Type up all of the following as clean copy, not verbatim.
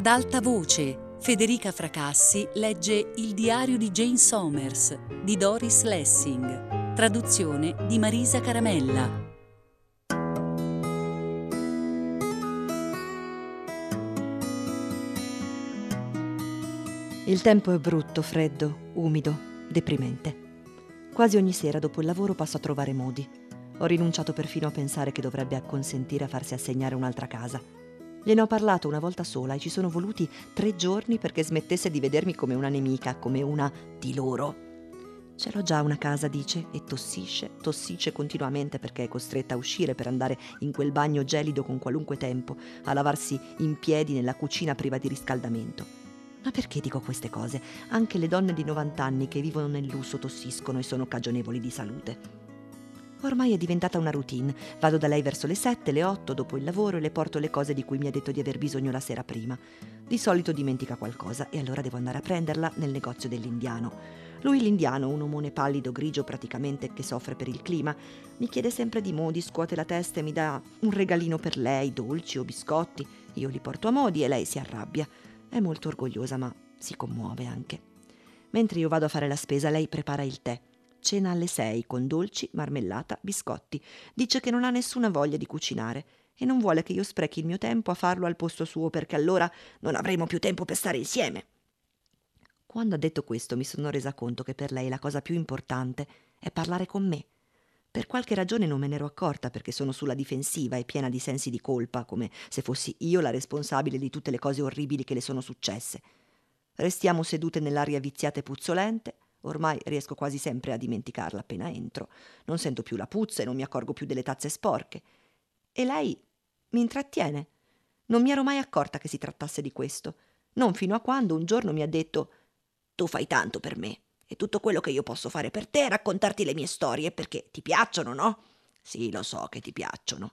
Ad alta voce, Federica Fracassi legge Il diario di Jane Somers di Doris Lessing, traduzione di Marisa Caramella. Il tempo è brutto, freddo, umido, deprimente. Quasi ogni sera dopo il lavoro passo a trovare Modi. Ho rinunciato perfino a pensare che dovrebbe acconsentire a farsi assegnare un'altra casa. Gliene ho parlato una volta sola e ci sono voluti 3 giorni perché smettesse di vedermi come una nemica, come una di loro. Ce l'ho già una casa, dice, e tossisce continuamente perché è costretta a uscire per andare in quel bagno gelido con qualunque tempo, a lavarsi in piedi nella cucina priva di riscaldamento. Ma perché dico queste cose? Anche le donne di 90 anni che vivono nel lusso tossiscono e sono cagionevoli di salute. Ormai è diventata una routine. Vado da lei verso le 7, le 8 dopo il lavoro e le porto le cose di cui mi ha detto di aver bisogno la sera prima. Di solito dimentica qualcosa e allora devo andare a prenderla nel negozio dell'indiano. Lui, l'indiano, un omone pallido grigio praticamente che soffre per il clima, mi chiede sempre di Modi, scuote la testa e mi dà un regalino per lei, dolci o biscotti. Io li porto a Modi e lei si arrabbia. È molto orgogliosa, ma si commuove anche. Mentre io vado a fare la spesa, lei prepara il tè. Cena alle 6 con dolci, marmellata, biscotti. Dice che non ha nessuna voglia di cucinare e non vuole che io sprechi il mio tempo a farlo al posto suo perché allora non avremo più tempo per stare insieme. Quando ha detto questo mi sono resa conto che per lei la cosa più importante è parlare con me. Per qualche ragione non me ne ero accorta perché sono sulla difensiva e piena di sensi di colpa, come se fossi io la responsabile di tutte le cose orribili che le sono successe. Restiamo sedute nell'aria viziata e puzzolente. Ormai riesco quasi sempre a dimenticarla appena entro. Non sento più la puzza e non mi accorgo più delle tazze sporche. E lei mi intrattiene. Non mi ero mai accorta che si trattasse di questo. Non fino a quando un giorno mi ha detto: «Tu fai tanto per me. E tutto quello che io posso fare per te è raccontarti le mie storie perché ti piacciono, no? Sì, lo so che ti piacciono».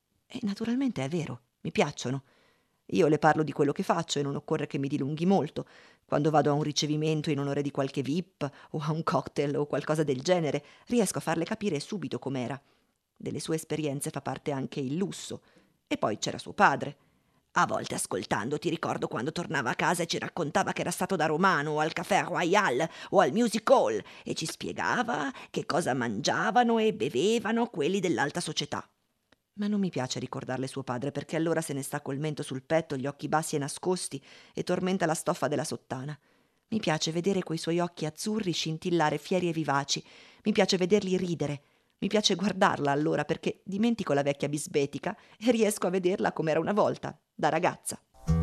E naturalmente è vero, mi piacciono. Io le parlo di quello che faccio e non occorre che mi dilunghi molto. Quando vado a un ricevimento in onore di qualche VIP o a un cocktail o qualcosa del genere, riesco a farle capire subito com'era. Delle sue esperienze fa parte anche il lusso. E poi c'era suo padre. A volte ascoltando ti ricordo quando tornava a casa e ci raccontava che era stato da Romano o al Café Royal o al Music Hall e ci spiegava che cosa mangiavano e bevevano quelli dell'alta società. Ma non mi piace ricordarle suo padre perché allora se ne sta col mento sul petto, gli occhi bassi e nascosti e tormenta la stoffa della sottana. Mi piace vedere quei suoi occhi azzurri scintillare fieri e vivaci. Mi piace vederli ridere. Mi piace guardarla allora perché dimentico la vecchia bisbetica e riesco a vederla come era una volta, da ragazza.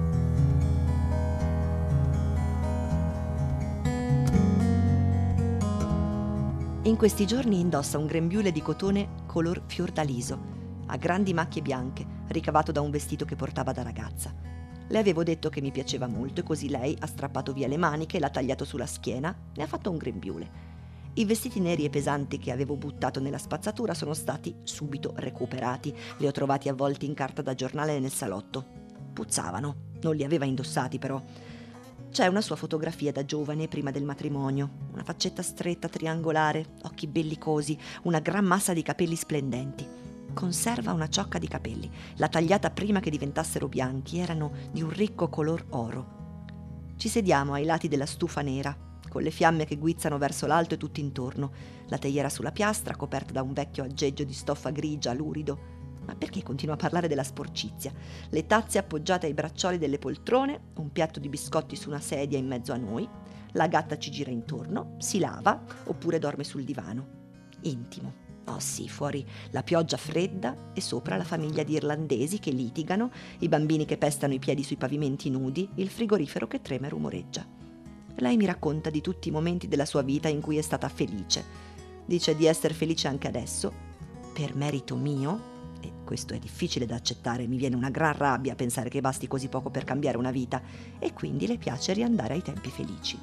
In questi giorni indossa un grembiule di cotone color fiordaliso, a grandi macchie bianche, ricavato da un vestito che portava da ragazza. Le avevo detto che mi piaceva molto e così lei ha strappato via le maniche, l'ha tagliato sulla schiena, ne ha fatto un grembiule. I vestiti neri e pesanti che avevo buttato nella spazzatura sono stati subito recuperati. Li ho trovati avvolti in carta da giornale nel salotto. Puzzavano, non li aveva indossati però. C'è una sua fotografia da giovane prima del matrimonio, una faccetta stretta, triangolare, occhi bellicosi, una gran massa di capelli splendenti. Conserva una ciocca di capelli, l'ha tagliata prima che diventassero bianchi, erano di un ricco color oro. Ci sediamo ai lati della stufa nera, con le fiamme che guizzano verso l'alto e tutto intorno, la teiera sulla piastra coperta da un vecchio aggeggio di stoffa grigia, lurido. Ma perché continuo a parlare della sporcizia? Le tazze appoggiate ai braccioli delle poltrone, un piatto di biscotti su una sedia in mezzo a noi, la gatta ci gira intorno, si lava oppure dorme sul divano. Intimo. Oh sì, fuori la pioggia fredda e sopra la famiglia di irlandesi che litigano, i bambini che pestano i piedi sui pavimenti nudi, il frigorifero che trema e rumoreggia. Lei mi racconta di tutti i momenti della sua vita in cui è stata felice. Dice di essere felice anche adesso, per merito mio, e questo è difficile da accettare, mi viene una gran rabbia a pensare che basti così poco per cambiare una vita, e quindi le piace riandare ai tempi felici.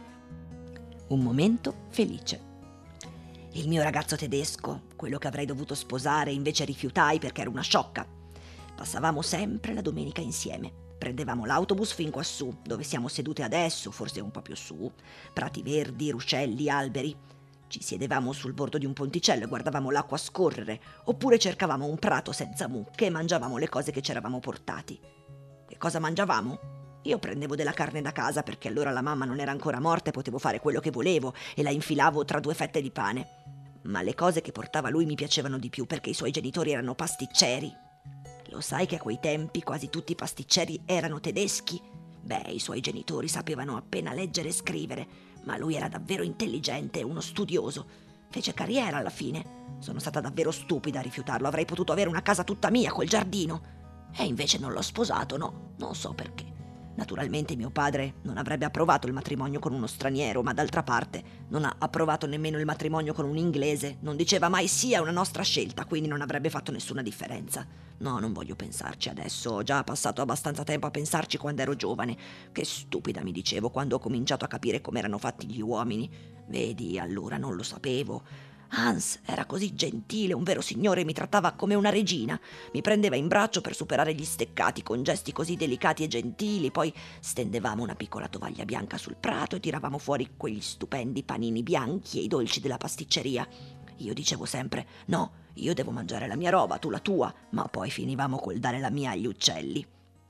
Un momento felice. Il mio ragazzo tedesco, quello che avrei dovuto sposare, invece rifiutai perché era una sciocca. Passavamo sempre la domenica insieme. Prendevamo l'autobus fin quassù, dove siamo sedute adesso, forse un po' più su. Prati verdi, ruscelli, alberi. Ci siedevamo sul bordo di un ponticello e guardavamo l'acqua scorrere, oppure cercavamo un prato senza mucche e mangiavamo le cose che ci eravamo portati. Che cosa mangiavamo? Io prendevo della carne da casa perché allora la mamma non era ancora morta e potevo fare quello che volevo e la infilavo tra 2 fette di pane. Ma le cose che portava lui mi piacevano di più perché i suoi genitori erano pasticceri. Lo sai che a quei tempi quasi tutti i pasticceri erano tedeschi? Beh, i suoi genitori sapevano appena leggere e scrivere, ma lui era davvero intelligente e uno studioso. Fece carriera alla fine. Sono stata davvero stupida a rifiutarlo, avrei potuto avere una casa tutta mia col giardino. E invece non l'ho sposato, no, non so perché. Naturalmente mio padre non avrebbe approvato il matrimonio con uno straniero, ma d'altra parte non ha approvato nemmeno il matrimonio con un inglese. Non diceva mai sì a una nostra scelta, quindi non avrebbe fatto nessuna differenza. No, non voglio pensarci adesso, ho già passato abbastanza tempo a pensarci quando ero giovane. Che stupida mi dicevo quando ho cominciato a capire come erano fatti gli uomini. Vedi, allora non lo sapevo. Hans era così gentile, un vero signore, mi trattava come una regina. Mi prendeva in braccio per superare gli steccati con gesti così delicati e gentili, poi stendevamo una piccola tovaglia bianca sul prato e tiravamo fuori quegli stupendi panini bianchi e i dolci della pasticceria. Io dicevo sempre, no, io devo mangiare la mia roba, tu la tua, ma poi finivamo col dare la mia agli uccelli.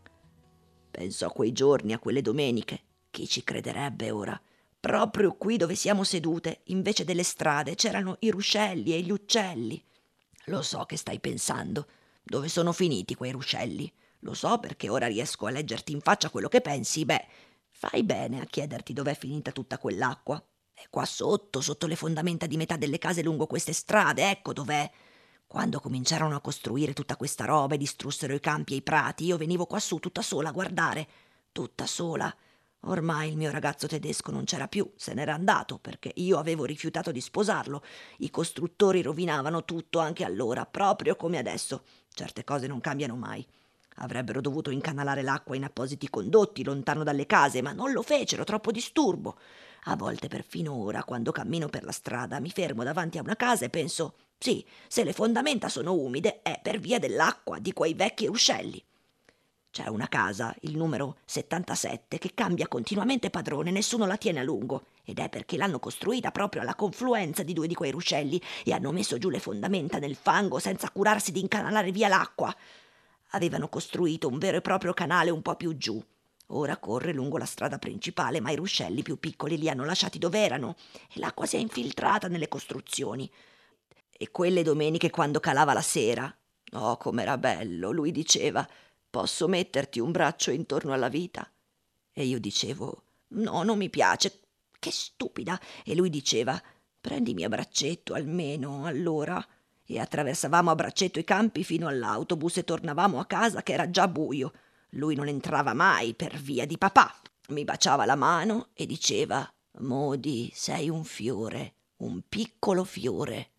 Penso a quei giorni, a quelle domeniche. Chi ci crederebbe ora? Proprio qui dove siamo sedute, invece delle strade, c'erano i ruscelli e gli uccelli. Lo so che stai pensando. Dove sono finiti quei ruscelli? Lo so perché ora riesco a leggerti in faccia quello che pensi. Beh, fai bene a chiederti dov'è finita tutta quell'acqua. È qua sotto, sotto le fondamenta di metà delle case lungo queste strade, ecco dov'è. Quando cominciarono a costruire tutta questa roba e distrussero i campi e i prati, io venivo quassù tutta sola a guardare. Tutta sola. Ormai il mio ragazzo tedesco non c'era più, se n'era andato perché io avevo rifiutato di sposarlo. I costruttori rovinavano tutto anche allora, proprio come adesso. Certe cose non cambiano mai. Avrebbero dovuto incanalare l'acqua in appositi condotti lontano dalle case, ma non lo fecero, troppo disturbo. A volte perfino ora, quando cammino per la strada, mi fermo davanti a una casa e penso, sì, se le fondamenta sono umide è per via dell'acqua, di quei vecchi ruscelli. C'è una casa, il numero 77, che cambia continuamente padrone, nessuno la tiene a lungo. Ed è perché l'hanno costruita proprio alla confluenza di 2 di quei ruscelli e hanno messo giù le fondamenta nel fango senza curarsi di incanalare via l'acqua. Avevano costruito un vero e proprio canale un po' più giù. Ora corre lungo la strada principale, ma i ruscelli più piccoli li hanno lasciati dove erano e l'acqua si è infiltrata nelle costruzioni. E quelle domeniche quando calava la sera, oh, com'era bello, lui diceva: «Posso metterti un braccio intorno alla vita?» E io dicevo: «No, non mi piace, che stupida!» E lui diceva: «Prendimi a braccetto almeno, allora». E attraversavamo a braccetto i campi fino all'autobus e tornavamo a casa che era già buio. Lui non entrava mai per via di papà. Mi baciava la mano e diceva: «Modi, sei un fiore, un piccolo fiore».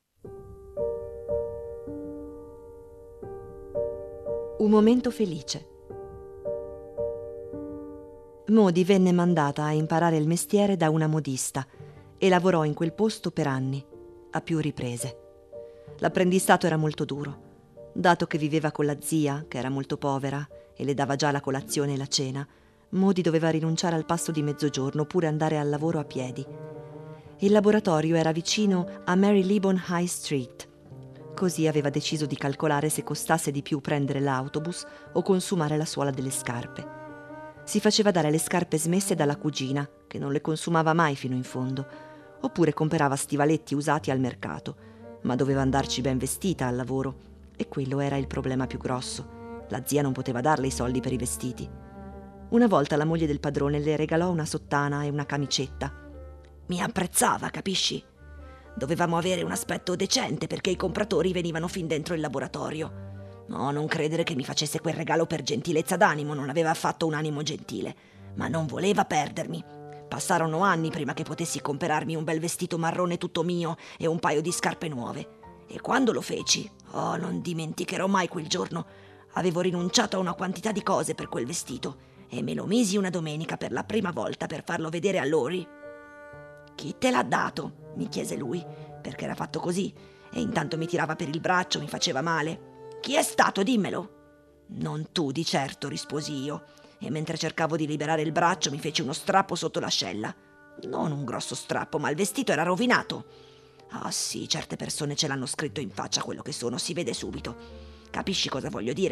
Un momento felice. Modi venne mandata a imparare il mestiere da una modista e lavorò in quel posto per anni, a più riprese. L'apprendistato era molto duro. Dato che viveva con la zia, che era molto povera, e le dava già la colazione e la cena, Modi doveva rinunciare al pasto di mezzogiorno oppure andare al lavoro a piedi. Il laboratorio era vicino a Marylebone High Street. Così aveva deciso di calcolare se costasse di più prendere l'autobus o consumare la suola delle scarpe. Si faceva dare le scarpe smesse dalla cugina, che non le consumava mai fino in fondo, oppure comperava stivaletti usati al mercato, ma doveva andarci ben vestita al lavoro, e quello era il problema più grosso. La zia non poteva darle i soldi per i vestiti. Una volta la moglie del padrone le regalò una sottana e una camicetta. Mi apprezzava, capisci? Dovevamo avere un aspetto decente perché i compratori venivano fin dentro il laboratorio. No, non credere che mi facesse quel regalo per gentilezza d'animo, non aveva affatto un animo gentile, ma non voleva perdermi. Passarono anni prima che potessi comperarmi un bel vestito marrone tutto mio e un paio di scarpe nuove. E quando lo feci, oh, non dimenticherò mai quel giorno. Avevo rinunciato a una quantità di cose per quel vestito e me lo misi una domenica per la prima volta per farlo vedere a Lori. «Chi te l'ha dato?» mi chiese lui, perché era fatto così, e intanto mi tirava per il braccio, mi faceva male. «Chi è stato? Dimmelo!» «Non tu, di certo», risposi io, e mentre cercavo di liberare il braccio mi feci uno strappo sotto l'ascella. Non un grosso strappo, ma il vestito era rovinato. Ah sì, certe persone ce l'hanno scritto in faccia quello che sono, si vede subito. Capisci cosa voglio dire?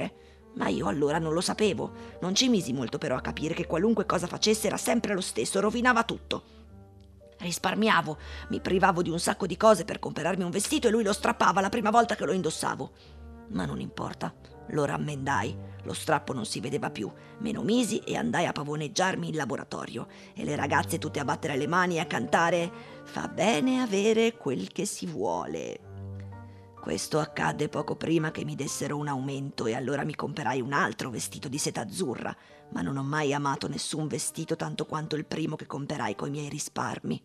Ma io allora non lo sapevo. Non ci misi molto però a capire che qualunque cosa facesse era sempre lo stesso, rovinava tutto. Risparmiavo, mi privavo di un sacco di cose per comprarmi un vestito e lui lo strappava la prima volta che lo indossavo. Ma non importa, lo rammendai, lo strappo non si vedeva più, me lo misi e andai a pavoneggiarmi in laboratorio e le ragazze tutte a battere le mani e a cantare «Fa bene avere quel che si vuole». Questo accadde poco prima che mi dessero un aumento e allora mi comperai un altro vestito di seta azzurra, ma non ho mai amato nessun vestito tanto quanto il primo che comperai coi miei risparmi.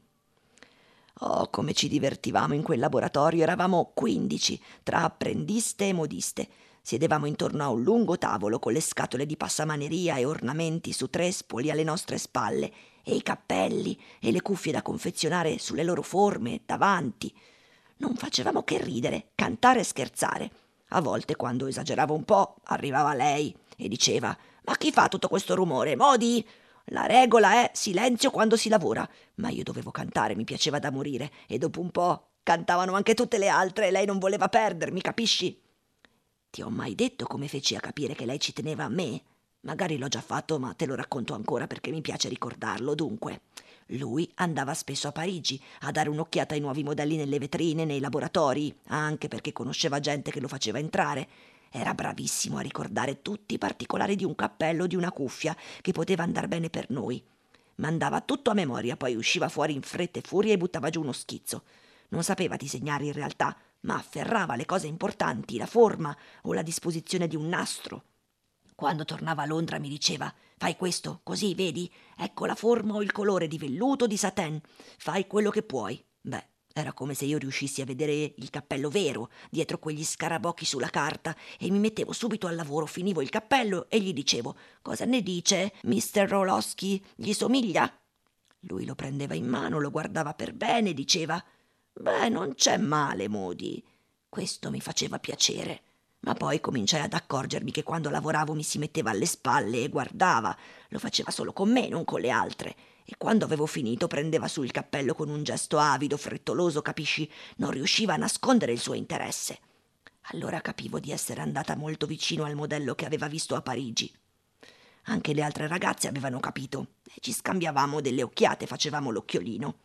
Oh, come ci divertivamo in quel laboratorio, eravamo 15, tra apprendiste e modiste. Siedevamo intorno a un lungo tavolo con le scatole di passamaneria e ornamenti su trespoli alle nostre spalle e i cappelli e le cuffie da confezionare sulle loro forme davanti. Non facevamo che ridere, cantare e scherzare. A volte, quando esageravo un po', arrivava lei e diceva «Ma chi fa tutto questo rumore? Modi? La regola è silenzio quando si lavora». Ma io dovevo cantare, mi piaceva da morire, e dopo un po' cantavano anche tutte le altre e lei non voleva perdermi, capisci? Ti ho mai detto come feci a capire che lei ci teneva a me? Magari l'ho già fatto, ma te lo racconto ancora perché mi piace ricordarlo. Dunque, lui andava spesso a Parigi a dare un'occhiata ai nuovi modelli nelle vetrine, nei laboratori, anche perché conosceva gente che lo faceva entrare. Era bravissimo a ricordare tutti i particolari di un cappello o di una cuffia che poteva andar bene per noi. Mandava tutto a memoria, poi usciva fuori in fretta e furia e buttava giù uno schizzo. Non sapeva disegnare in realtà, ma afferrava le cose importanti, la forma o la disposizione di un nastro. Quando tornava a Londra mi diceva «Fai questo, così, vedi? Ecco la forma o il colore di velluto o di satin. Fai quello che puoi». Beh, era come se io riuscissi a vedere il cappello vero dietro quegli scarabocchi sulla carta e mi mettevo subito al lavoro, finivo il cappello e gli dicevo «Cosa ne dice, Mr. Rolosky? Gli somiglia?» Lui lo prendeva in mano, lo guardava per bene e diceva «Beh, non c'è male, Modi». Questo mi faceva piacere. Ma poi cominciai ad accorgermi che quando lavoravo mi si metteva alle spalle e guardava. Lo faceva solo con me, non con le altre. E quando avevo finito prendeva su il cappello con un gesto avido, frettoloso, capisci? Non riusciva a nascondere il suo interesse. Allora capivo di essere andata molto vicino al modello che aveva visto a Parigi. Anche le altre ragazze avevano capito e ci scambiavamo delle occhiate, facevamo l'occhiolino.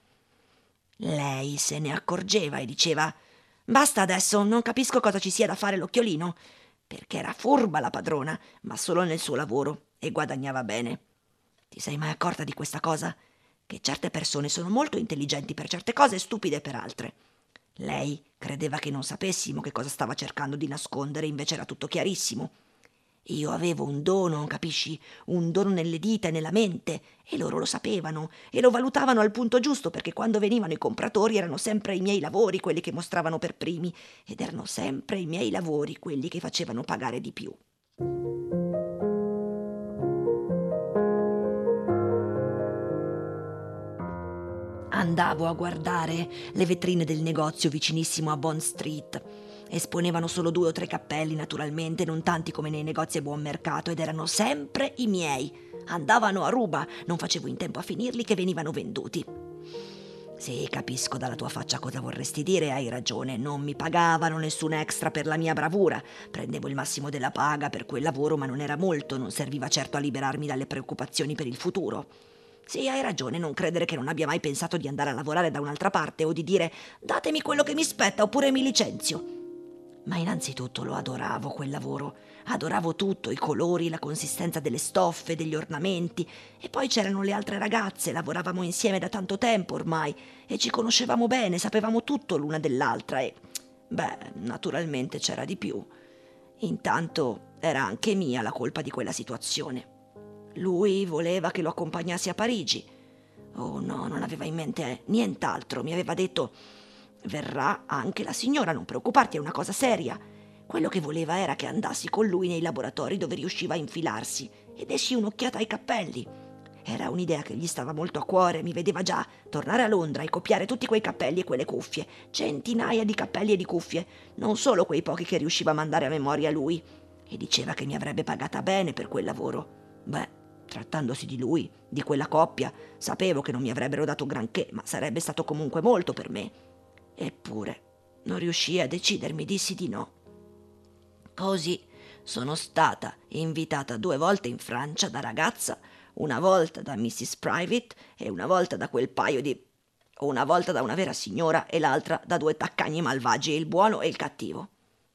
Lei se ne accorgeva e diceva «Basta adesso, non capisco cosa ci sia da fare l'occhiolino», perché era furba la padrona, ma solo nel suo lavoro, e guadagnava bene. Ti sei mai accorta di questa cosa? Che certe persone sono molto intelligenti per certe cose e stupide per altre. Lei credeva che non sapessimo che cosa stava cercando di nascondere, invece era tutto chiarissimo. Io avevo un dono, capisci? Un dono nelle dita e nella mente, e loro lo sapevano e lo valutavano al punto giusto, perché quando venivano i compratori erano sempre i miei lavori quelli che mostravano per primi, ed erano sempre i miei lavori quelli che facevano pagare di più. Andavo a guardare le vetrine del negozio vicinissimo a Bond Street. Esponevano solo 2 o 3 cappelli, naturalmente, non tanti come nei negozi a buon mercato, ed erano sempre i miei. Andavano a ruba, non facevo in tempo a finirli che venivano venduti. Sì, capisco dalla tua faccia cosa vorresti dire, hai ragione, non mi pagavano nessun extra per la mia bravura. Prendevo il massimo della paga per quel lavoro, ma non era molto, non serviva certo a liberarmi dalle preoccupazioni per il futuro. Sì, hai ragione, non credere che non abbia mai pensato di andare a lavorare da un'altra parte o di dire «datemi quello che mi spetta oppure mi licenzio». Ma innanzitutto lo adoravo quel lavoro, adoravo tutto, i colori, la consistenza delle stoffe, degli ornamenti, e poi c'erano le altre ragazze, lavoravamo insieme da tanto tempo ormai e ci conoscevamo bene, sapevamo tutto l'una dell'altra e, beh, naturalmente c'era di più. Intanto era anche mia la colpa di quella situazione. Lui voleva che lo accompagnassi a Parigi. Oh no, non aveva in mente nient'altro, mi aveva detto «verrà anche la signora, non preoccuparti, è una cosa seria». Quello che voleva era che andassi con lui nei laboratori dove riusciva a infilarsi e dessi un'occhiata ai cappelli. Era un'idea che gli stava molto a cuore, mi vedeva già tornare a Londra e copiare tutti quei cappelli e quelle cuffie, centinaia di cappelli e di cuffie, non solo quei pochi che riusciva a mandare a memoria lui. E diceva che mi avrebbe pagata bene per quel lavoro. Beh, trattandosi di lui, di quella coppia, sapevo che non mi avrebbero dato granché, ma sarebbe stato comunque molto per me. Eppure non riuscii a decidermi, dissi di no. Così, Sono stata invitata 2 volte in Francia da ragazza, una volta da Mrs. Private e una volta da quel paio di... una volta da una vera signora e l'altra da 2 taccagni malvagi, il buono e il cattivo.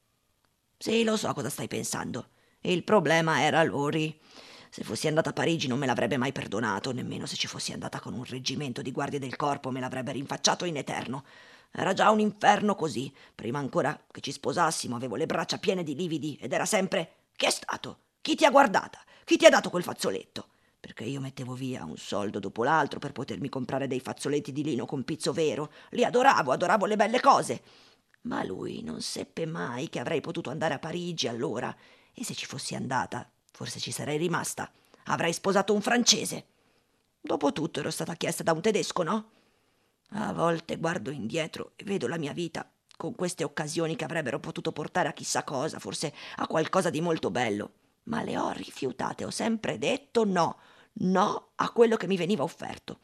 Sì, lo so cosa stai pensando. Il problema era Lori. Se fossi andata a Parigi non me l'avrebbe mai perdonato, nemmeno se ci fossi andata con un reggimento di guardie del corpo me l'avrebbe rinfacciato in eterno. Era già un inferno così. Prima ancora che ci sposassimo avevo le braccia piene di lividi ed era sempre: chi è stato? Chi ti ha guardata? Chi ti ha dato quel fazzoletto? Perché io mettevo via un soldo dopo l'altro per potermi comprare dei fazzoletti di lino con pizzo vero. Li adoravo le belle cose. Ma lui non seppe mai che avrei potuto andare a Parigi allora, e se ci fossi andata, forse ci sarei rimasta. Avrei sposato un francese. Dopotutto ero stata chiesta da un tedesco, no? A volte guardo indietro e vedo la mia vita con queste occasioni che avrebbero potuto portare a chissà cosa, forse a qualcosa di molto bello. Ma le ho rifiutate, ho sempre detto no, no a quello che mi veniva offerto.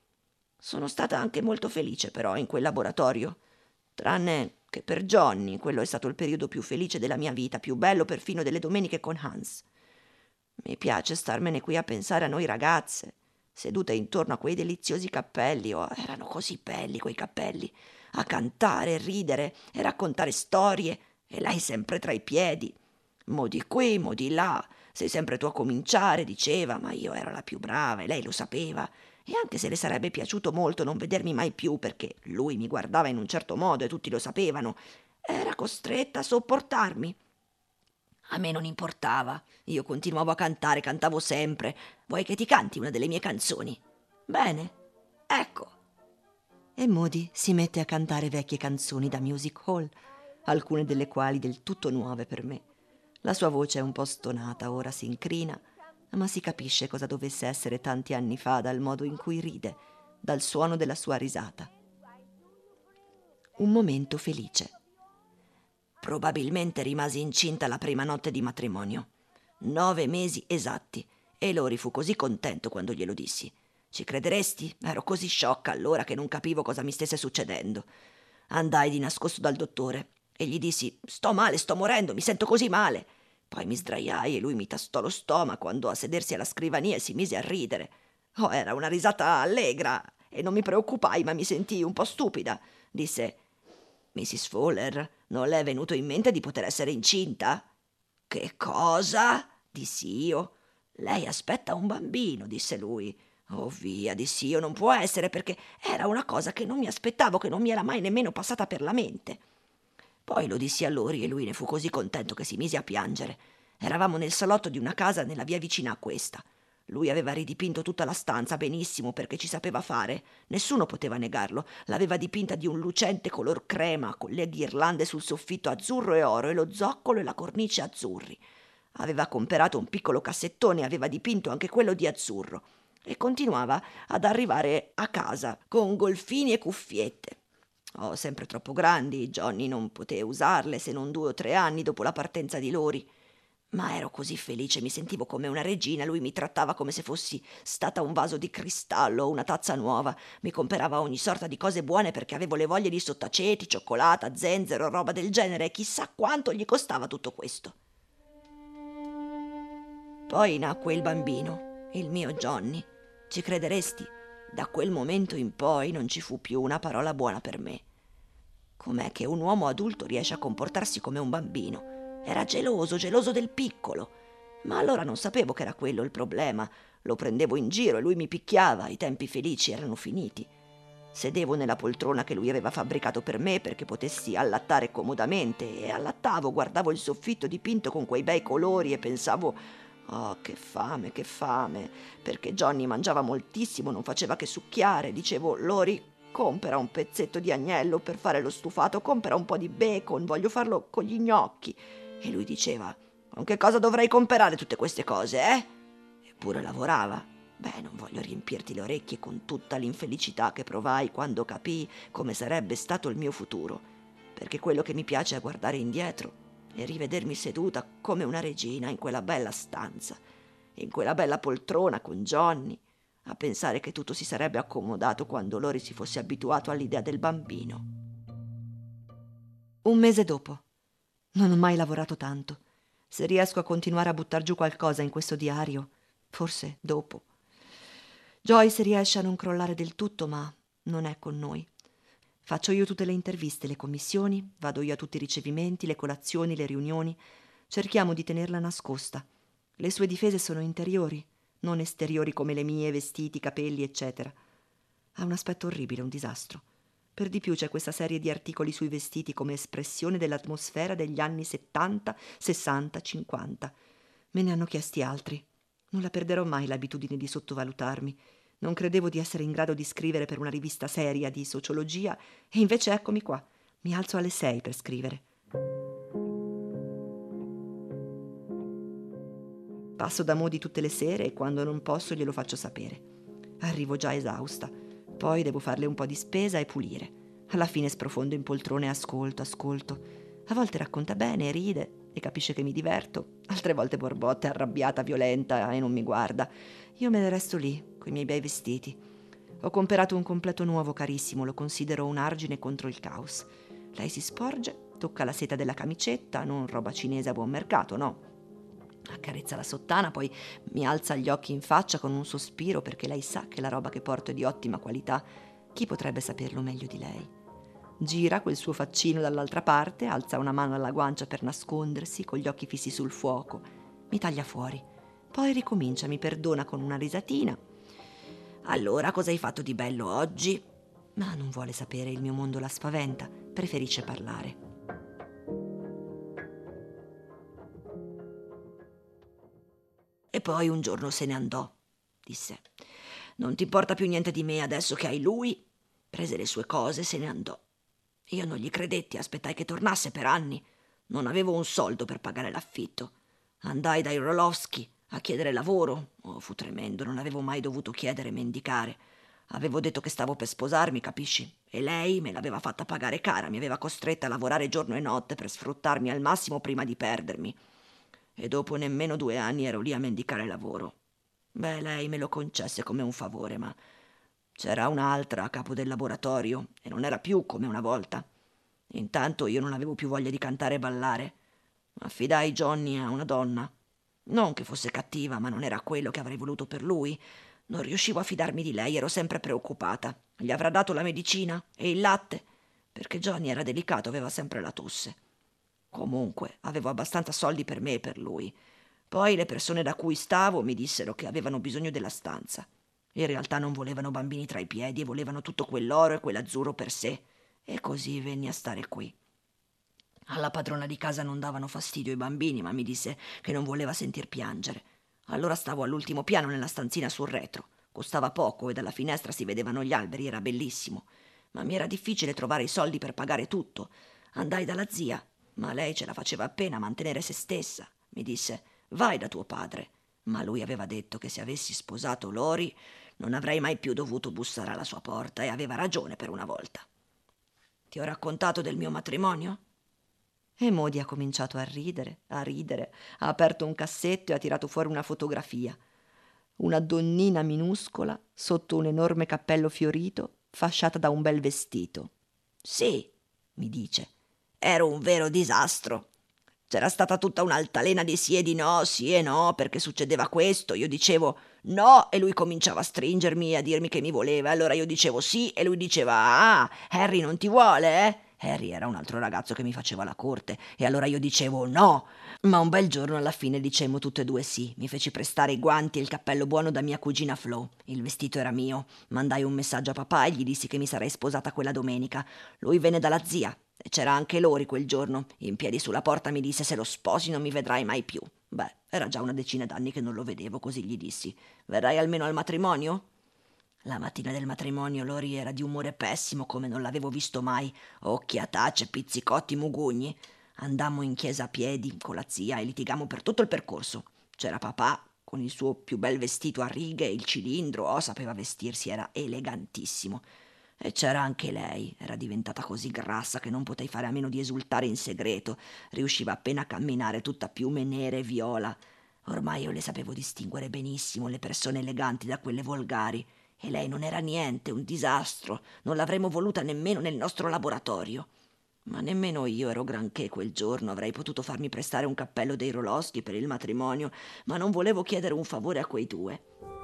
Sono stata anche molto felice però in quel laboratorio, tranne che per Johnny, quello è stato il periodo più felice della mia vita, più bello perfino delle domeniche con Hans. Mi piace starmene qui a pensare a noi ragazze, sedute intorno a quei deliziosi cappelli, oh, erano così belli quei cappelli, a cantare, ridere e raccontare storie, e lei sempre tra i piedi. Mo di qui, mo di là, sei sempre tu a cominciare, diceva, ma io ero la più brava e lei lo sapeva. E anche se le sarebbe piaciuto molto non vedermi mai più, perché lui mi guardava in un certo modo e tutti lo sapevano, era costretta a sopportarmi. A me non importava, io continuavo a cantare, cantavo sempre. Vuoi che ti canti una delle mie canzoni? Bene, ecco. E Moody si mette a cantare vecchie canzoni da music hall, alcune delle quali del tutto nuove per me. La sua voce è un po' stonata, ora si incrina, ma si capisce cosa dovesse essere tanti anni fa dal modo in cui ride, dal suono della sua risata. Un momento felice. Probabilmente rimasi incinta la prima notte di matrimonio. 9 mesi esatti, e Lori fu così contento quando glielo dissi. Ci crederesti? Ero così sciocca allora che non capivo cosa mi stesse succedendo. Andai di nascosto dal dottore e gli dissi: sto male, sto morendo, mi sento così male. Poi mi sdraiai e lui mi tastò lo stomaco, andò a sedersi alla scrivania e si mise a ridere. Oh, era una risata allegra e non mi preoccupai, ma mi sentii un po' stupida. Disse: Mrs. Fowler, non le è venuto in mente di poter essere incinta? Che cosa? Dissi io. Lei aspetta un bambino, disse lui. Oh via, dissi io, non può essere, perché era una cosa che non mi aspettavo, che non mi era mai nemmeno passata per la mente. Poi lo dissi a Lori e lui ne fu così contento che si mise a piangere. Eravamo nel salotto di una casa nella via vicina a questa. Lui aveva ridipinto tutta la stanza benissimo perché ci sapeva fare. Nessuno poteva negarlo. L'aveva dipinta di un lucente color crema, con le ghirlande sul soffitto azzurro e oro e lo zoccolo e la cornice azzurri. Aveva comperato un piccolo cassettone e aveva dipinto anche quello di azzurro. E continuava ad arrivare a casa con golfini e cuffiette. Oh, sempre troppo grandi, Johnny non poté usarle se non 2 o 3 anni dopo la partenza di Lori. Ma ero così felice, mi sentivo come una regina, lui mi trattava come se fossi stata un vaso di cristallo o una tazza nuova, mi comperava ogni sorta di cose buone perché avevo le voglie di sottaceti, cioccolata, zenzero, roba del genere, e chissà quanto gli costava tutto questo. Poi nacque il bambino, il mio Johnny. Ci crederesti? Da quel momento in poi non ci fu più una parola buona per me. Com'è che un uomo adulto riesce a comportarsi come un bambino? Era geloso del piccolo. Ma allora non sapevo che era quello il problema. Lo prendevo in giro e lui mi picchiava, i tempi felici erano finiti. Sedevo nella poltrona che lui aveva fabbricato per me perché potessi allattare comodamente e allattavo, guardavo il soffitto dipinto con quei bei colori e pensavo: oh, che fame, perché Johnny mangiava moltissimo, non faceva che succhiare. Dicevo: Lori, compera un pezzetto di agnello per fare lo stufato, compera un po' di bacon, voglio farlo con gli gnocchi. E lui diceva: con che cosa dovrei comperare tutte queste cose, eh? Eppure lavorava. Beh, non voglio riempirti le orecchie con tutta l'infelicità che provai quando capii come sarebbe stato il mio futuro, perché quello che mi piace è guardare indietro e rivedermi seduta come una regina in quella bella stanza, in quella bella poltrona con Johnny, a pensare che tutto si sarebbe accomodato quando Lori si fosse abituato all'idea del bambino. Un mese dopo. Non ho mai lavorato tanto. Se riesco a continuare a buttar giù qualcosa in questo diario, forse dopo. Joyce riesce a non crollare del tutto, ma non è con noi. Faccio io tutte le interviste, le commissioni, vado io a tutti i ricevimenti, le colazioni, le riunioni. Cerchiamo di tenerla nascosta. Le sue difese sono interiori, non esteriori come le mie, vestiti, capelli, eccetera. Ha un aspetto orribile, un disastro. Per di più c'è questa serie di articoli sui vestiti come espressione dell'atmosfera degli anni 70, 60, 50. Me ne hanno chiesti altri. Non la perderò mai l'abitudine di sottovalutarmi. Non credevo di essere in grado di scrivere per una rivista seria di sociologia e invece eccomi qua. Mi alzo alle 6 per scrivere. Passo da Modi tutte le sere e quando non posso glielo faccio sapere. Arrivo già esausta. Poi devo farle un po' di spesa e pulire. Alla fine sprofondo in poltrone e ascolto. A volte racconta bene e ride e capisce che mi diverto. Altre volte borbotta, arrabbiata, violenta e non mi guarda. Io me ne resto lì, coi miei bei vestiti. Ho comprato un completo nuovo carissimo, lo considero un argine contro il caos. Lei si sporge, tocca la seta della camicetta, non roba cinese a buon mercato, no. Accarezza la sottana, poi mi alza gli occhi in faccia con un sospiro perché lei sa che la roba che porto è di ottima qualità. Chi potrebbe saperlo meglio di lei? Gira quel suo faccino dall'altra parte, alza una mano alla guancia per nascondersi, con gli occhi fissi sul fuoco. Mi taglia fuori. Poi ricomincia, mi perdona con una risatina. Allora, cosa hai fatto di bello oggi? Ma non vuole sapere, il mio mondo la spaventa, preferisce parlare. E poi un giorno se ne andò, disse. Non ti importa più niente di me adesso che hai lui? Prese le sue cose e se ne andò. Io non gli credetti, aspettai che tornasse per anni. Non avevo un soldo per pagare l'affitto. Andai dai Rolowski a chiedere lavoro. Oh, fu tremendo, non avevo mai dovuto chiedere e mendicare. Avevo detto che stavo per sposarmi, capisci? E lei me l'aveva fatta pagare cara, mi aveva costretta a lavorare giorno e notte per sfruttarmi al massimo prima di perdermi. E dopo nemmeno 2 anni ero lì a mendicare lavoro. Beh, lei me lo concesse come un favore, ma c'era un'altra a capo del laboratorio e non era più come una volta. Intanto io non avevo più voglia di cantare e ballare. Affidai Johnny a una donna. Non che fosse cattiva, ma non era quello che avrei voluto per lui. Non riuscivo a fidarmi di lei, ero sempre preoccupata. Gli avrà dato la medicina e il latte? Perché Johnny era delicato, aveva sempre la tosse. Comunque, avevo abbastanza soldi per me e per lui. Poi le persone da cui stavo mi dissero che avevano bisogno della stanza. In realtà non volevano bambini tra i piedi e volevano tutto quell'oro e quell'azzurro per sé. E così venni a stare qui. Alla padrona di casa non davano fastidio i bambini, ma mi disse che non voleva sentir piangere. Allora stavo all'ultimo piano nella stanzina sul retro. Costava poco e dalla finestra si vedevano gli alberi, era bellissimo. Ma mi era difficile trovare i soldi per pagare tutto. Andai dalla zia, ma lei ce la faceva appena a mantenere se stessa. Mi disse: vai da tuo padre. Ma lui aveva detto che se avessi sposato Lori non avrei mai più dovuto bussare alla sua porta e aveva ragione per una volta. Ti ho raccontato del mio matrimonio? E Modi ha cominciato a ridere, ha aperto un cassetto e ha tirato fuori una fotografia. Una donnina minuscola sotto un enorme cappello fiorito, fasciata da un bel vestito. Sì, mi dice, ero un vero disastro. C'era stata tutta un'altalena di sì e no, perché succedeva questo. Io dicevo no e lui cominciava a stringermi e a dirmi che mi voleva. Allora io dicevo sì e lui diceva ah, Harry non ti vuole, eh? Harry era un altro ragazzo che mi faceva la corte e allora io dicevo no. Ma un bel giorno alla fine dicemmo tutte e due sì. Mi feci prestare i guanti e il cappello buono da mia cugina Flo. Il vestito era mio. Mandai un messaggio a papà e gli dissi che mi sarei sposata quella domenica. Lui venne dalla zia. E c'era anche Lori quel giorno. In piedi sulla porta mi disse: se lo sposi non mi vedrai mai più. Beh, era già una decina d'anni che non lo vedevo, così gli dissi: verrai almeno al matrimonio? La mattina del matrimonio Lori era di umore pessimo come non l'avevo visto mai. Occhiatacce, pizzicotti, mugugni. Andammo in chiesa a piedi con la zia e litigammo per tutto il percorso. C'era papà con il suo più bel vestito a righe e il cilindro. Oh, sapeva vestirsi, era elegantissimo. E c'era anche lei, era diventata così grassa che non potei fare a meno di esultare in segreto. Riusciva appena a camminare, tutta piume nere e viola. Ormai io le sapevo distinguere benissimo le persone eleganti da quelle volgari. E lei non era niente, un disastro. Non l'avremmo voluta nemmeno nel nostro laboratorio. Ma nemmeno io ero granché quel giorno, avrei potuto farmi prestare un cappello dei Roloschi per il matrimonio, ma non volevo chiedere un favore a quei due.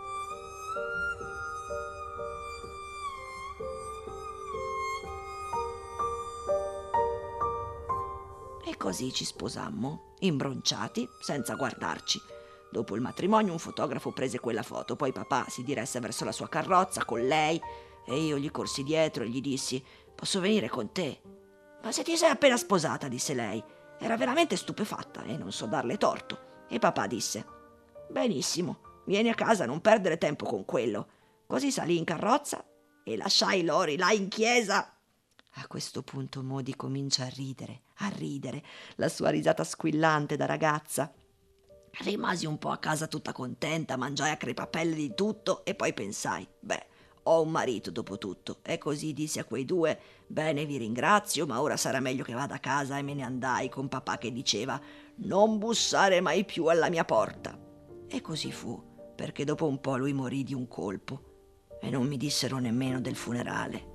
E così ci sposammo, imbronciati, senza guardarci. Dopo il matrimonio un fotografo prese quella foto, poi papà si diresse verso la sua carrozza con lei e io gli corsi dietro e gli dissi: «Posso venire con te?» «Ma se ti sei appena sposata», disse lei. Era veramente stupefatta e non so darle torto. E papà disse: «Benissimo, vieni a casa, non perdere tempo con quello». Così salì in carrozza e lasciai Lori là in chiesa. A questo punto Modi comincia a ridere, la sua risata squillante da ragazza. Rimasi un po' a casa tutta contenta, mangiai a crepapelle di tutto e poi pensai: ho un marito dopo tutto. E così dissi a quei due: «Bene, vi ringrazio, ma ora sarà meglio che vada a casa», e me ne andai con papà che diceva: «Non bussare mai più alla mia porta». E così fu, perché dopo un po' lui morì di un colpo e non mi dissero nemmeno del funerale.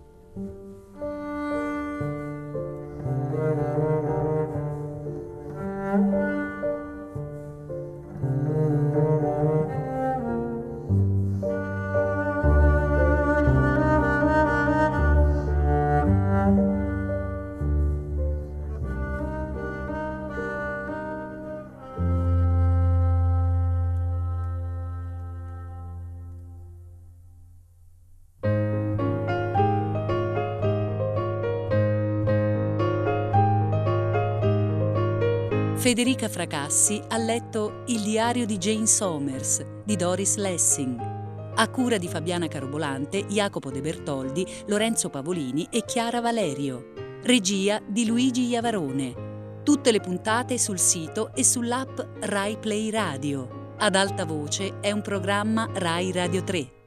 Federica Fracassi ha letto Il diario di Jane Somers di Doris Lessing, a cura di Fabiana Carobolante, Jacopo De Bertoldi, Lorenzo Pavolini e Chiara Valerio. Regia di Luigi Iavarone. Tutte le puntate sul sito e sull'app Rai Play Radio. Ad alta voce è un programma Rai Radio 3.